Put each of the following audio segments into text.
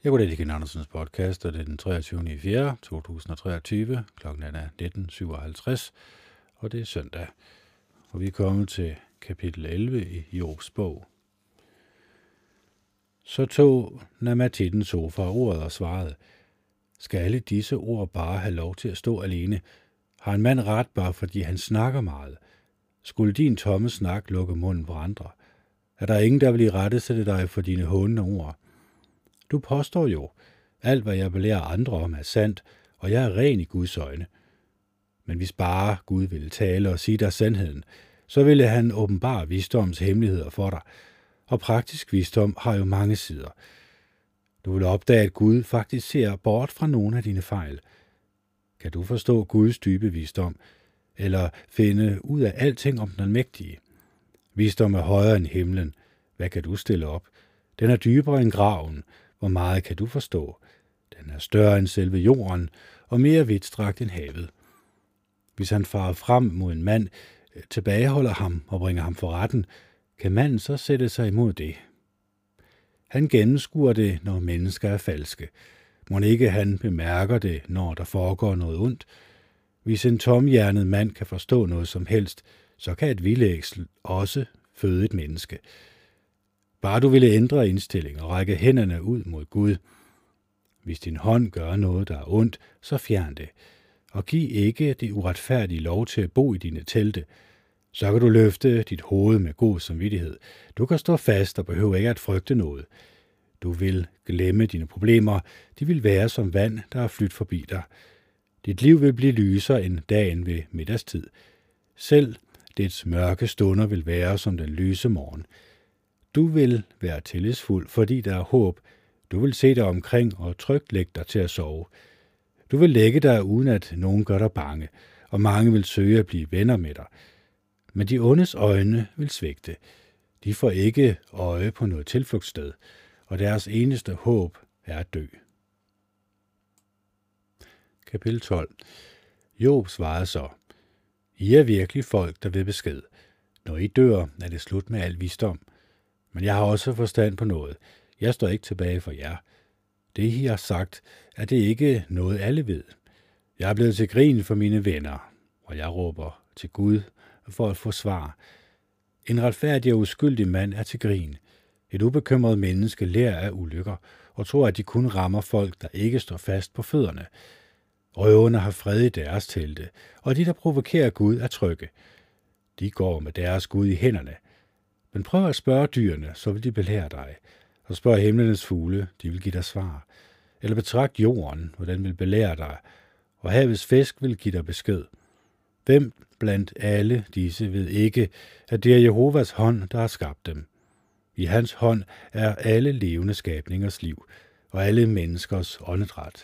Jeg går det igen Andersens podcast, og det er den 23. 4. 2023. Klokken er 19.57, og det er søndag. Og vi er kommet til kapitel 11 i Jobs bog. Så tog Namatitten sofa ordet og svarede, skal alle disse ord bare have lov til at stå alene? Har en mand ret bare fordi han snakker meget? Skulle din tomme snak lukke munden på andre? Er der ingen, der vil irettesætte dig for dine hånende ord? Du påstår jo, alt hvad jeg belærer andre om er sandt, og jeg er ren i Guds øjne. Men hvis bare Gud ville tale og sige dig sandheden, så ville han åbenbare visdoms hemmeligheder for dig, og praktisk visdom har jo mange sider. Du vil opdage, at Gud faktisk ser bort fra nogle af dine fejl. Kan du forstå Guds dybe visdom, eller finde ud af alting om den almægtige? Visdom er højere end himlen. Hvad kan du stille op? Den er dybere end graven. Hvor meget kan du forstå? Den er større end selve jorden, og mere vidtstrakt end havet. Hvis han farer frem mod en mand, tilbageholder ham og bringer ham for retten, kan manden så sætte sig imod det. Han gennemskuer det, når mennesker er falske. Må ikke han bemærker det, når der foregår noget ondt? Hvis en tomhjernet mand kan forstå noget som helst, så kan et vildægsel også føde et menneske. Bare du ville ændre indstilling og række hænderne ud mod Gud. Hvis din hånd gør noget, der er ondt, så fjern det. Og giv ikke det uretfærdige lov til at bo i dine telte. Så kan du løfte dit hoved med god samvittighed. Du kan stå fast og behøver ikke at frygte noget. Du vil glemme dine problemer. De vil være som vand, der er flydt forbi dig. Dit liv vil blive lysere end dagen ved middagstid. Selv dets mørke stunder vil være som den lyse morgen. Du vil være tillidsfuld, fordi der er håb. Du vil se dig omkring og trygt lægge dig til at sove. Du vil lægge dig, uden at nogen gør dig bange, og mange vil søge at blive venner med dig. Men de ondes øjne vil svigte. De får ikke øje på noget tilflugtssted, og deres eneste håb er at dø. Kapitel 12. Job svarede så, I er virkelig folk, der vil besked. Når I dør, er det slut med al visdom. Men jeg har også forstand på noget. Jeg står ikke tilbage for jer. Det, I har sagt, er det ikke noget, alle ved. Jeg er blevet til grin for mine venner, og jeg råber til Gud for at få svar. En retfærdig og uskyldig mand er til grin. Et ubekymret menneske lærer af ulykker og tror, at de kun rammer folk, der ikke står fast på fødderne. Røverne har fred i deres telte, og de, der provokerer Gud, er trygge. De går med deres Gud i hænderne. Men prøv at spørge dyrene, så vil de belære dig. Og spørg himlenes fugle, de vil give dig svar. Eller betragt jorden, hvordan vil belære dig. Og havets fisk vil give dig besked. Hvem blandt alle disse ved ikke, at det er Jehovas hånd, der har skabt dem? I hans hånd er alle levende skabningers liv, og alle menneskers åndedræt.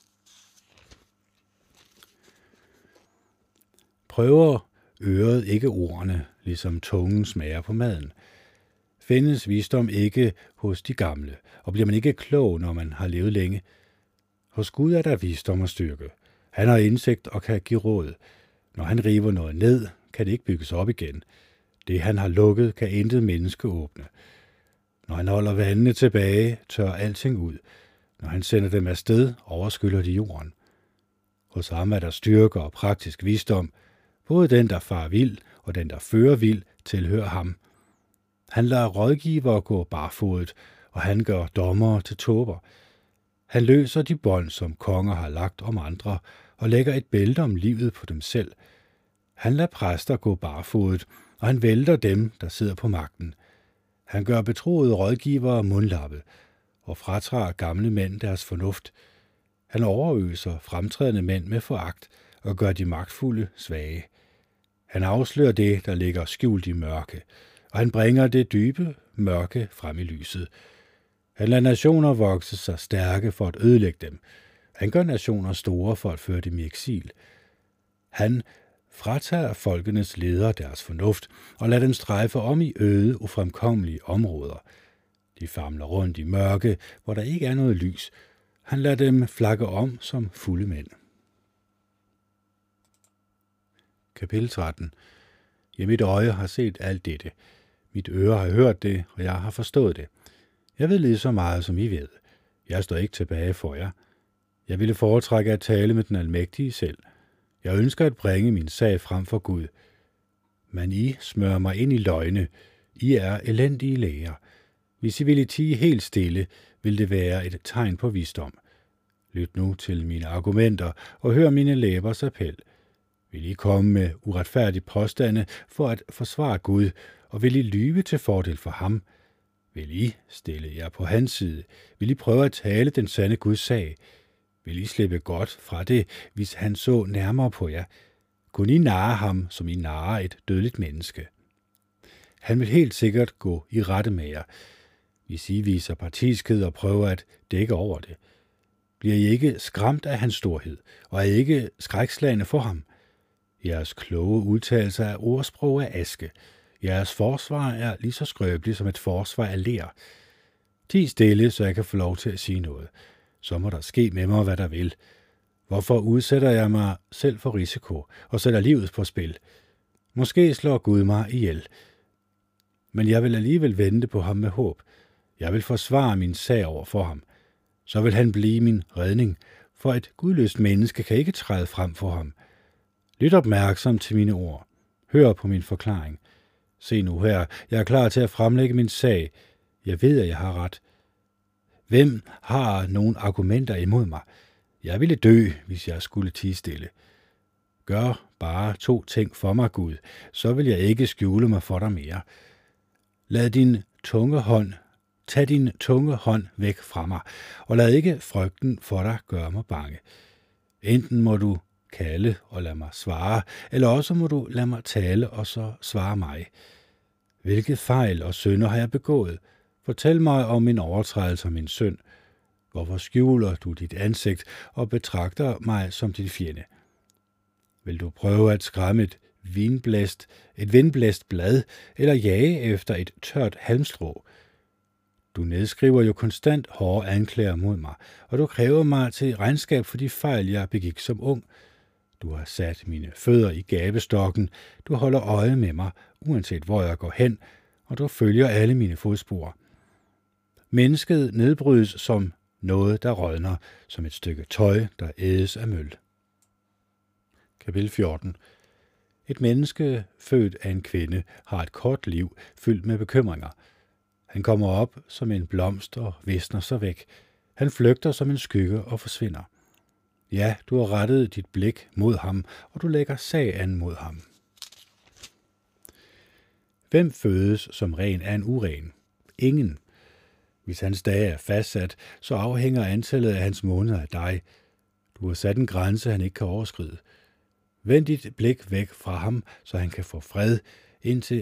Prøver øret ikke ordene, ligesom tungen smager på maden? Findes visdom ikke hos de gamle, og bliver man ikke klog, når man har levet længe? Hos Gud er der visdom og styrke. Han har indsigt og kan give råd. Når han river noget ned, kan det ikke bygges op igen. Det han har lukket, kan intet menneske åbne. Når han holder vandene tilbage, tør alting ud. Når han sender dem afsted, overskyller de jorden. Hos ham er der styrke og praktisk visdom. Både den, der farer vild, og den, der fører vild, tilhører ham. Han lader rådgivere gå barfodet, og han gør dommere til tåber. Han løser de bånd, som konger har lagt om andre, og lægger et bælte om livet på dem selv. Han lader præster gå barfodet, og han vælter dem, der sidder på magten. Han gør betroede rådgivere mundlappe, og fratager gamle mænd deres fornuft. Han overøser fremtrædende mænd med foragt, og gør de magtfulde svage. Han afslører det, der ligger skjult i mørke, og han bringer det dybe mørke frem i lyset. Han lader nationer vokse sig stærke for at ødelægge dem. Han gør nationer store for at føre dem i eksil. Han fratager folkenes ledere deres fornuft og lader dem strejfe om i øde, ufremkommelige områder. De famler rundt i mørke, hvor der ikke er noget lys. Han lader dem flakke om som fulde mænd. Kapitel 13. Ja, mit øje har set alt dette. Mit øre har hørt det, og jeg har forstået det. Jeg ved lige så meget, som I ved. Jeg står ikke tilbage for jer. Jeg ville foretrække at tale med den almægtige selv. Jeg ønsker at bringe min sag frem for Gud. Men I smører mig ind i løgne. I er elendige læger. Hvis I ville tie helt stille, vil det være et tegn på visdom. Lyt nu til mine argumenter og hør mine læbers appel. Vil I komme med uretfærdige påstande for at forsvare Gud, og vil I lyve til fordel for ham? Vil I stille jer på hans side? Vil I prøve at tale den sande Guds sag? Vil I slippe godt fra det, hvis han så nærmere på jer? Kunne I narre ham, som I narrer et dødeligt menneske? Han vil helt sikkert gå i rette med jer, hvis I viser partiskhed og prøver at dække over det. Bliver I ikke skræmt af hans storhed, og er I ikke skrækslagne for ham? Jeres kloge udtalelser er ordsprog af aske. Jeres forsvar er lige så skrøbeligt som et forsvar af ler. Ti stille, så jeg kan få lov til at sige noget. Så må der ske med mig, hvad der vil. Hvorfor udsætter jeg mig selv for risiko og sætter livet på spil? Måske slår Gud mig ihjel. Men jeg vil alligevel vente på ham med håb. Jeg vil forsvare min sag over for ham. Så vil han blive min redning, for et gudløst menneske kan ikke træde frem for ham. Lyt opmærksom til mine ord. Hør på min forklaring. Se nu her, jeg er klar til at fremlægge min sag. Jeg ved, at jeg har ret. Hvem har nogle argumenter imod mig? Jeg ville dø, hvis jeg skulle tie stille. Gør bare 2 ting for mig, Gud, så vil jeg ikke skjule mig for dig mere. Tag din tunge hånd væk fra mig, og lad ikke frygten for dig gøre mig bange. Enten må du kalde og lad mig svare, eller også må du lade mig tale og så svare mig. Hvilke fejl og synder har jeg begået? Fortæl mig om min overtrædelse og min synd. Hvorfor skjuler du dit ansigt og betragter mig som din fjende? Vil du prøve at skræmme et vindblæst blad, eller jage efter et tørt halmstrå? Du nedskriver jo konstant hårde anklager mod mig, og du kræver mig til regnskab for de fejl, jeg begik som ung. Du har sat mine fødder i gabestokken, du holder øje med mig, uanset hvor jeg går hen, og du følger alle mine fodspor. Mennesket nedbrydes som noget, der rådner, som et stykke tøj, der ædes af møl. Kapitel 14. Et menneske, født af en kvinde, har et kort liv, fyldt med bekymringer. Han kommer op som en blomst og visner så væk. Han flygter som en skygge og forsvinder. Ja, du har rettet dit blik mod ham, og du lægger sag an mod ham. Hvem fødes som ren af en uren? Ingen. Hvis hans dage er fastsat, så afhænger antallet af hans måneder af dig. Du har sat en grænse, han ikke kan overskride. Vend dit blik væk fra ham, så han kan få fred, indtil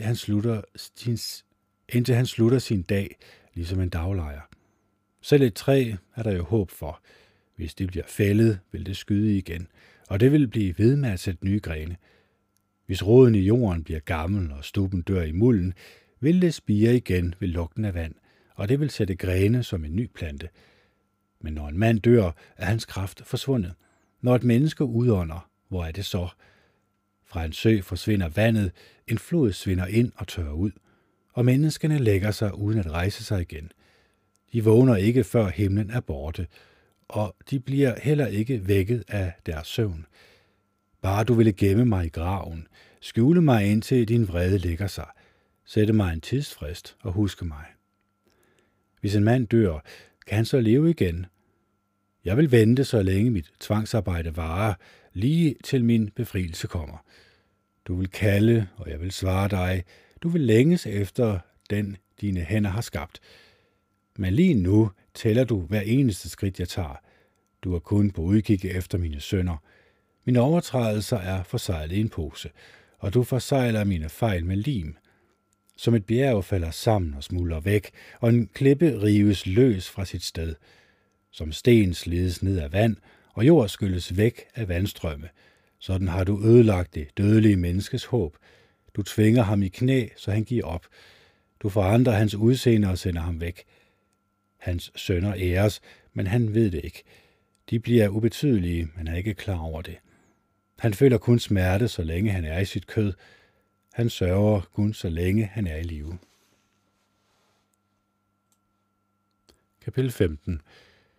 han slutter sin dag, ligesom en daglejer. Selv et træ er der jo håb for. Hvis det bliver fældet, vil det skyde igen, og det vil blive ved med at sætte nye grene. Hvis roden i jorden bliver gammel og stubben dør i mulden, vil det spire igen ved lugten af vand, og det vil sætte grene som en ny plante. Men når en mand dør, er hans kraft forsvundet. Når et menneske udånder, hvor er det så? Fra en sø forsvinder vandet, en flod svinder ind og tørrer ud, og menneskene lægger sig uden at rejse sig igen. De vågner ikke, før himlen er borte, og de bliver heller ikke vækket af deres søvn. Bare du ville gemme mig i graven, skjule mig indtil din vrede lægger sig, sætte mig en tidsfrist og huske mig. Hvis en mand dør, kan han så leve igen? Jeg vil vente, så længe mit tvangsarbejde varer, lige til min befrielse kommer. Du vil kalde, og jeg vil svare dig. Du vil længes efter den, dine hænder har skabt. Men lige nu tæller du hver eneste skridt, jeg tager. Du er kun på udkig efter mine synder. Mine overtrædelser er forsejlet i en pose, og du forsejler mine fejl med lim. Som et bjerg falder sammen og smuldrer væk, og en klippe rives løs fra sit sted. Som sten slides ned af vand, og jord skylles væk af vandstrømme. Sådan har du ødelagt det dødelige menneskes håb. Du tvinger ham i knæ, så han giver op. Du forandrer hans udseende og sender ham væk. Hans sønner æres, men han ved det ikke. De bliver ubetydelige, men er ikke klar over det. Han føler kun smerte, så længe han er i sit kød. Han sørger kun, så længe han er i live. Kapitel 15.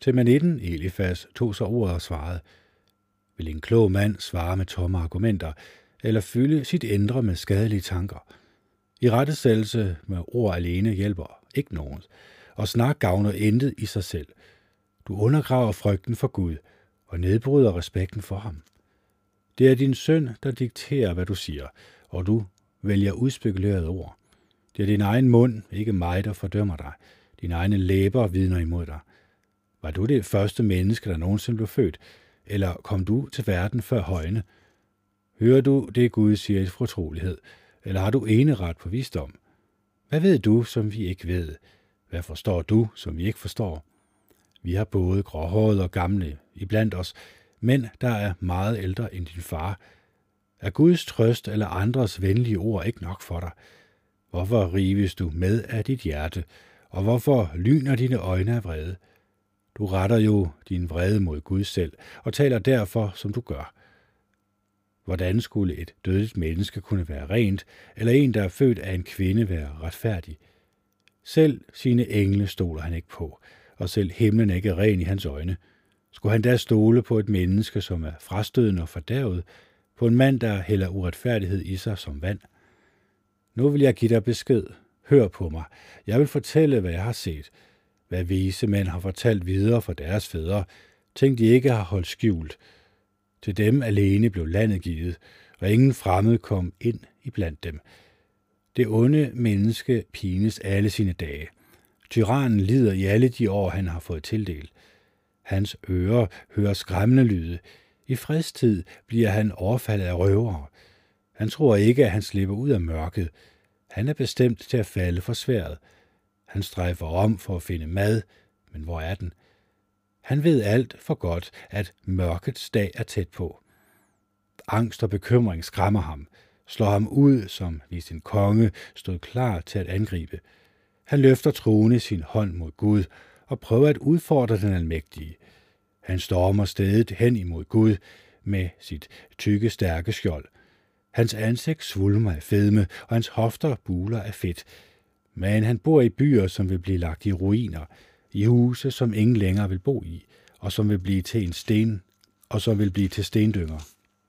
Temanitten Elifas tog sig ordet og svarede: Vil en klog mand svare med tomme argumenter, eller fylde sit indre med skadelige tanker? I rettesættelse med ord alene hjælper ikke nogen, og snak gavner intet i sig selv. Du undergraver frygten for Gud og nedbryder respekten for ham. Det er din synd, der dikterer, hvad du siger, og du vælger udspekulerede ord. Det er din egen mund, ikke mig, der fordømmer dig. Dine egne læber vidner imod dig. Var du det første menneske, der nogensinde blev født, eller kom du til verden før højene? Hører du det, Gud siger i fortrolighed, eller har du eneret på visdom? Hvad ved du, som vi ikke ved? Hvad forstår du, som vi ikke forstår? Vi har både gråhårede og gamle iblandt os, men der er meget ældre end din far. Er Guds trøst eller andres venlige ord ikke nok for dig? Hvorfor rives du med af dit hjerte, og hvorfor lyner dine øjne af vrede? Du retter jo din vrede mod Gud selv, og taler derfor, som du gør. Hvordan skulle et dødeligt menneske kunne være rent, eller en, der er født af en kvinde, være retfærdig? Selv sine engle stoler han ikke på, og selv himlen er ikke ren i hans øjne. Skulle han da stole på et menneske, som er frastødende og fordærvet, på en mand, der hælder uretfærdighed i sig som vand? Nu vil jeg give dig besked. Hør på mig. Jeg vil fortælle, hvad jeg har set. Hvad vise mænd har fortalt videre fra deres fædre, ting de ikke har holdt skjult. Til dem alene blev landet givet, og ingen fremmed kom ind iblandt dem. Det onde menneske pines alle sine dage. Tyrannen lider i alle de år, han har fået tildelt. Hans ører hører skræmmende lyde. I fredstid bliver han overfaldet af røvere. Han tror ikke, at han slipper ud af mørket. Han er bestemt til at falde for sværet. Han strejfer om for at finde mad, men hvor er den? Han ved alt for godt, at mørkets dag er tæt på. Angst og bekymring skræmmer ham, slår ham ud, som hvis en konge stod klar til at angribe. Han løfter truende sin hånd mod Gud og prøver at udfordre den almægtige. Han stormer stedet hen imod Gud med sit tykke, stærke skjold. Hans ansigt svulmer af fedme, og hans hofter buler af fedt. Men han bor i byer, som vil blive lagt i ruiner, i huse, som ingen længere vil bo i, og som vil blive til stendynger.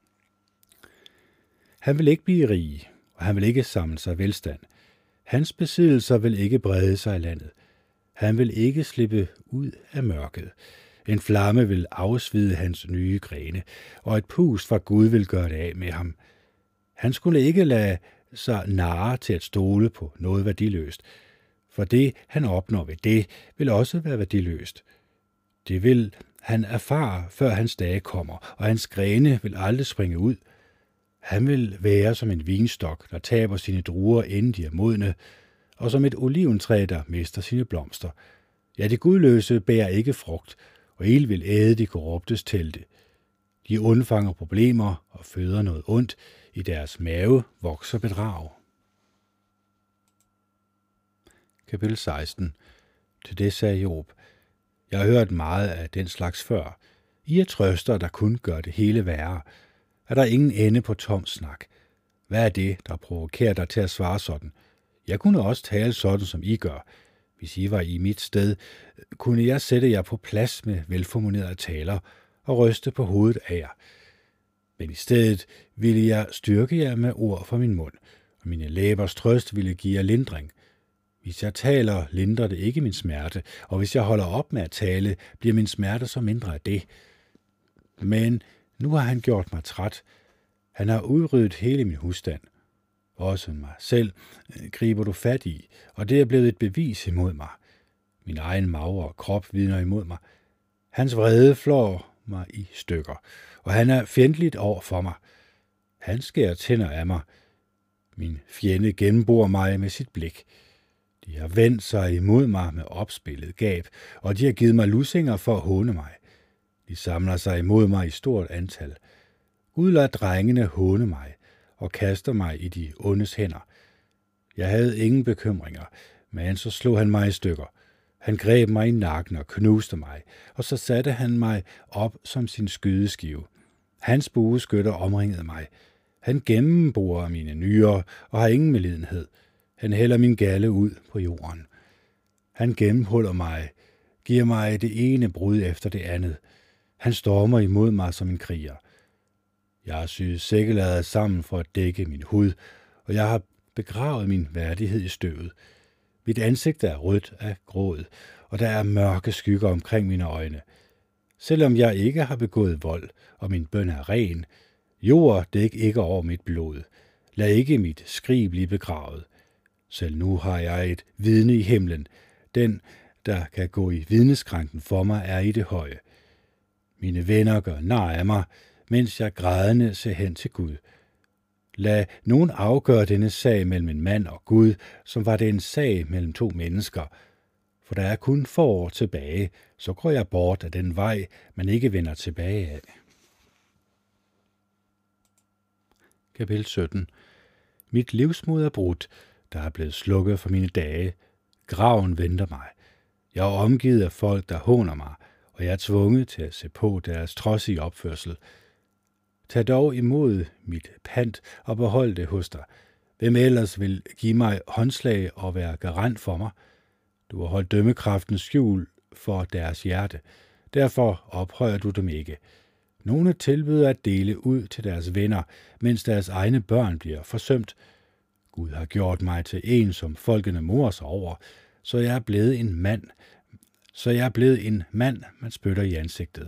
Han vil ikke blive rig, og han vil ikke samle sig velstand. Hans besiddelser vil ikke brede sig i landet. Han vil ikke slippe ud af mørket. En flamme vil afsvide hans nye grene, og et pust fra Gud vil gøre det af med ham. Han skulle ikke lade sig narre til at stole på noget værdiløst, for det, han opnår ved det, vil også være værdiløst. Det vil han erfare, før hans dage kommer, og hans grene vil aldrig springe ud. Han vil være som en vinstok, der taber sine druer, inden de er modne, og som et oliventræ, der mister sine blomster. Ja, det gudløse bærer ikke frugt, og ild vil æde de korruptes telte. De undfanger problemer og føder noget ondt. I deres mave vokser bedrag. Kapitel 16. Til det sagde Job: Jeg har hørt meget af den slags før. I er trøster, der kun gør det hele værre. Er der ingen ende på tom snak? Hvad er det, der provokerer dig til at svare sådan? Jeg kunne også tale sådan, som I gør. Hvis I var i mit sted, kunne jeg sætte jer på plads med velformulerede taler og ryste på hovedet af jer. Men i stedet ville jeg styrke jer med ord fra min mund, og mine læbers trøst ville give jer lindring. Hvis jeg taler, lindrer det ikke min smerte, og hvis jeg holder op med at tale, bliver min smerte så mindre af det. Men nu har han gjort mig træt. Han har udryddet hele min husstand. Også mig selv griber du fat i, og det er blevet et bevis imod mig. Min egen magre krop vidner imod mig. Hans vrede flår mig i stykker, og han er fjendtligt over for mig. Han skærer tænder af mig. Min fjende gennemborer mig med sit blik. De har vendt sig imod mig med opspillet gab, og de har givet mig lussinger for at håne mig. De samler sig imod mig i stort antal. Gud lader drengene håne mig og kaster mig i de ondes hænder. Jeg havde ingen bekymringer, men så slog han mig i stykker. Han greb mig i nakken og knuste mig, og så satte han mig op som sin skydeskive. Hans bueskytter omringede mig. Han gennemborer mine nyrer og har ingen medlidenhed. Han hælder min galle ud på jorden. Han gennemhuller mig giver mig det ene brud efter det andet. Han stormer imod mig som en kriger. Jeg har syet sækkelader sammen for at dække min hud, og jeg har begravet min værdighed i støvet. Mit ansigt er rødt af gråd, og der er mørke skygger omkring mine øjne. Selvom jeg ikke har begået vold, og min bøn er ren, jord dæk ikke over mit blod. Lad ikke mit skrig blive begravet. Selv nu har jeg et vidne i himlen. Den, der kan gå i vidneskranken for mig, er i det høje. Mine venner gør nar af mig, mens jeg grædende ser hen til Gud. Lad nogen afgøre denne sag mellem en mand og Gud, som var det en sag mellem to mennesker. For der er kun få år tilbage, så går jeg bort af den vej, man ikke vender tilbage af. Kapitel 17. Mit livsmod er brudt, der er blevet slukket for mine dage. Graven venter mig. Jeg er omgivet af folk, der håner mig, og jeg er tvunget til at se på deres trodsige opførsel. Tag dog imod mit pant og behold det hos dig. Hvem ellers vil give mig håndslag og være garant for mig? Du har holdt dømmekraften skjul for deres hjerte. Derfor ophøjer du dem ikke. Nogle tilbyder at dele ud til deres venner, mens deres egne børn bliver forsømt. Gud har gjort mig til en, som folkene morer sig over, så jeg er blevet en mand, man spytter i ansigtet.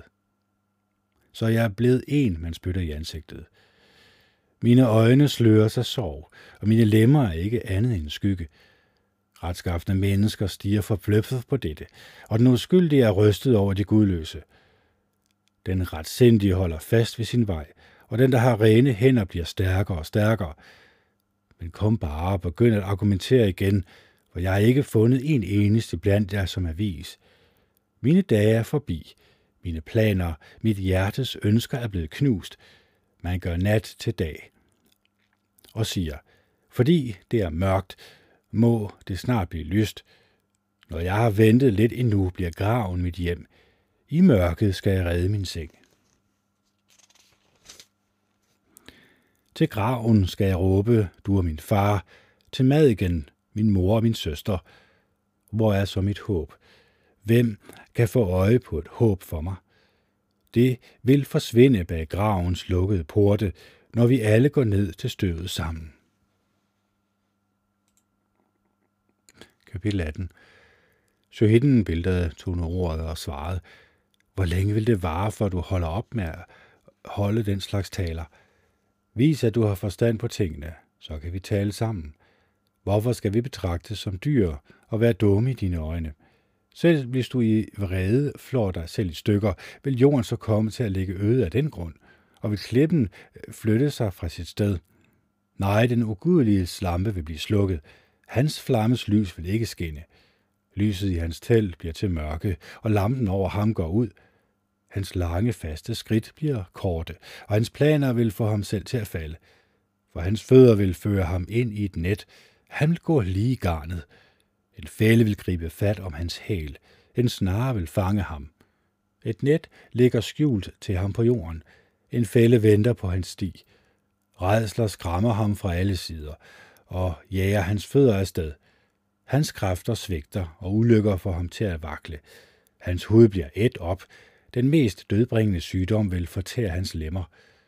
Mine øjne slører sig sorg, og mine lemmer er ikke andet end skygge. Retskafne mennesker stiger forbløffet på dette, og den uskyldige er rystet over de gudløse. Den retsindige holder fast ved sin vej, og den, der har rene hænder, bliver stærkere og stærkere. Men kom bare og begynd at argumentere igen, for jeg har ikke fundet en eneste blandt jer, som er vis. Mine dage er forbi. Mine planer, mit hjertes ønsker er blevet knust. Man gør nat til dag. Og siger, fordi det er mørkt, må det snart blive lyst. Når jeg har ventet lidt endnu, bliver graven mit hjem. I mørket skal jeg redde min seng. Til graven skal jeg råbe, du er min far. Til Madigan, min mor og min søster. Hvor er så mit håb? Hvem kan få øje på et håb for mig? Det vil forsvinde bag gravens lukkede porte, når vi alle går ned til støvet sammen. Kapitel 18. Shahiden bildede tog nu ordet og svarede, hvor længe vil det vare, for du holder op med at holde den slags taler? Vis, at du har forstand på tingene, så kan vi tale sammen. Hvorfor skal vi betragtes som dyr og være dumme i dine øjne? Selv hvis du i vrede flår dig selv i stykker, vil jorden så komme til at ligge øde af den grund, og vil klippen flytte sig fra sit sted. Nej, den ugudelige lampe vil blive slukket. Hans flammes lys vil ikke skinne. Lyset i hans telt bliver til mørke, og lampen over ham går ud. Hans lange, faste skridt bliver korte, og hans planer vil få ham selv til at falde. For hans fødder vil føre ham ind i et net. Han vil gå lige i garnet. En fælde vil gribe fat om hans hæl. En snare vil fange ham. Et net ligger skjult til ham på jorden. En fælde venter på hans sti. Rædsler skræmmer ham fra alle sider, og jager hans fødder afsted. Hans kræfter svigter, og ulykker får ham til at vakle. Hans hud bliver ædt op. Den mest dødbringende sygdom vil fortære hans lemmer.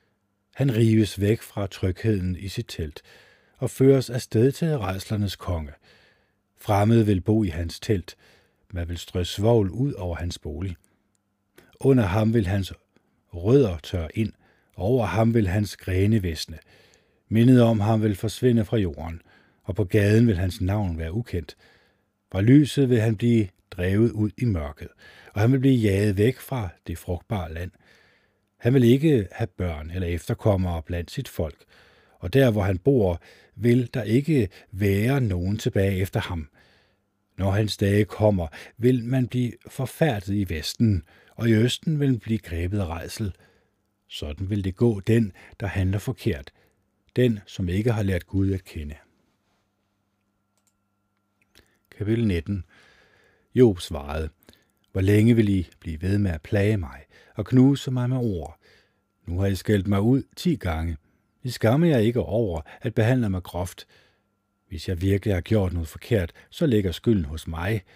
Han rives væk fra trygheden i sit telt, og føres afsted til rædslernes konge. Fremmede vil bo i hans telt. Man vil strø svovl ud over hans bolig. Under ham vil hans rødder tørre ind, og over ham vil hans grene visne. Mindet om ham vil forsvinde fra jorden, og på gaden vil hans navn være ukendt. Fra lyset vil han blive drevet ud i mørket, og han vil blive jaget væk fra det frugtbare land. Han vil ikke have børn eller efterkommere blandt sit folk, og der hvor han bor, vil der ikke være nogen tilbage efter ham. Når hans dage kommer, vil man blive forfærdet i vesten, og i østen vil man blive grebet af rædsel. Sådan vil det gå den, der handler forkert, den, som ikke har lært Gud at kende. Kapitel 19. Job svarede, hvor længe vil I blive ved med at plage mig og knuse mig med ord? Nu har I skældt mig ud 10 gange. I skammer jer ikke over at behandle mig groft. Hvis jeg virkelig har gjort noget forkert, så ligger skylden hos mig.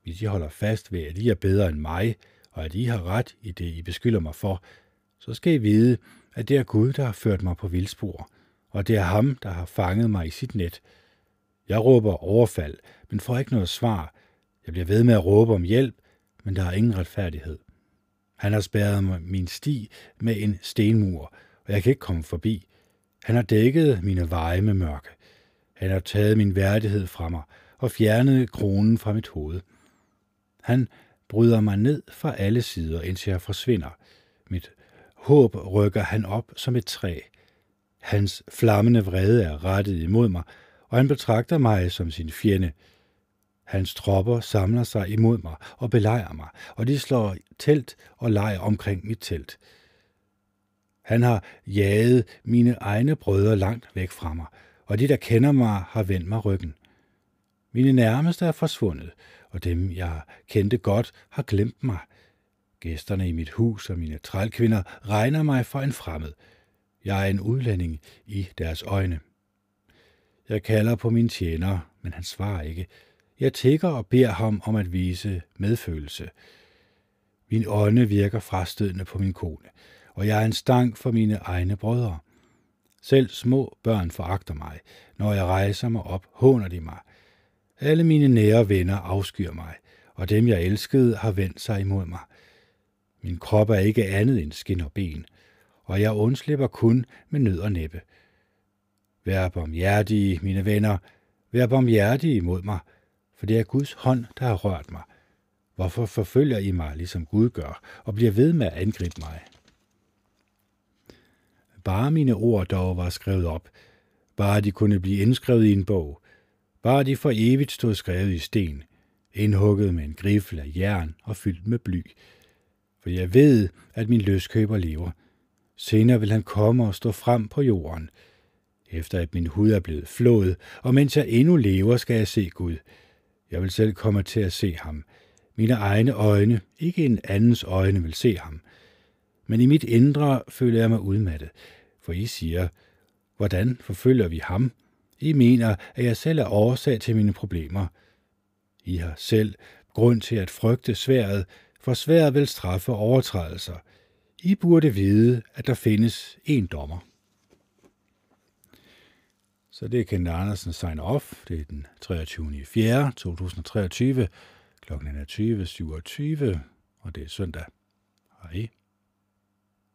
Hvis I holder fast ved, at I er bedre end mig, og at I har ret i det, I beskylder mig for, så skal I vide, at det er Gud, der har ført mig på vildspor, og det er ham, der har fanget mig i sit net. Jeg råber overfald, men får ikke noget svar. Jeg bliver ved med at råbe om hjælp, men der er ingen retfærdighed. Han har spærret mig min sti med en stenmur, og jeg kan ikke komme forbi. Han har dækket mine veje med mørke. Han har taget min værdighed fra mig og fjernet kronen fra mit hoved. Han bryder mig ned fra alle sider, indtil jeg forsvinder. Mit håb rykker han op som et træ. Hans flammende vrede er rettet imod mig, og han betragter mig som sin fjende. Hans tropper samler sig imod mig og belejrer mig, og de slår telt og lejr omkring mit telt. Han har jaget mine egne brødre langt væk fra mig, og de, der kender mig, har vendt mig ryggen. Mine nærmeste er forsvundet, og dem, jeg kendte godt, har glemt mig. Gæsterne i mit hus og mine trælkvinder regner mig for en fremmed. Jeg er en udlænding i deres øjne. Jeg kalder på min tjener, men han svarer ikke. Jeg tigger og beder ham om at vise medfølelse. Min ånde virker frastødende på min kone, og jeg er en stang for mine egne brødre. Selv små børn foragter mig. Når jeg rejser mig op, håner de mig. Alle mine nære venner afskyr mig, og dem, jeg elskede, har vendt sig imod mig. Min krop er ikke andet end skin og ben, og jeg undslipper kun med nød og næppe. Vær barmhjertige, mine venner, vær barmhjertige imod mig, for det er Guds hånd, der har rørt mig. Hvorfor forfølger I mig, ligesom Gud gør, og bliver ved med at angribe mig? Bare mine ord dog var skrevet op, bare de kunne blive indskrevet i en bog, bare de for evigt stod skrevet i sten, indhugget med en griffel af jern og fyldt med bly. For jeg ved, at min løskøber lever. Senere vil han komme og stå frem på jorden. Efter at min hud er blevet flået, og mens jeg endnu lever, skal jeg se Gud. Jeg vil selv komme til at se ham. Mine egne øjne, ikke en andens øjne, vil se ham. Men i mit indre føler jeg mig udmattet, for I siger, hvordan forfølger vi ham? I mener, at jeg selv er årsag til mine problemer. I har selv grund til at frygte sværdet, for sværdet vil straffe overtrædelser. I burde vide, at der findes en dommer. Så det er Kent Andersen sign off. Det er den 23.4.2023. Klokken er 20.27, og det er søndag. Hej.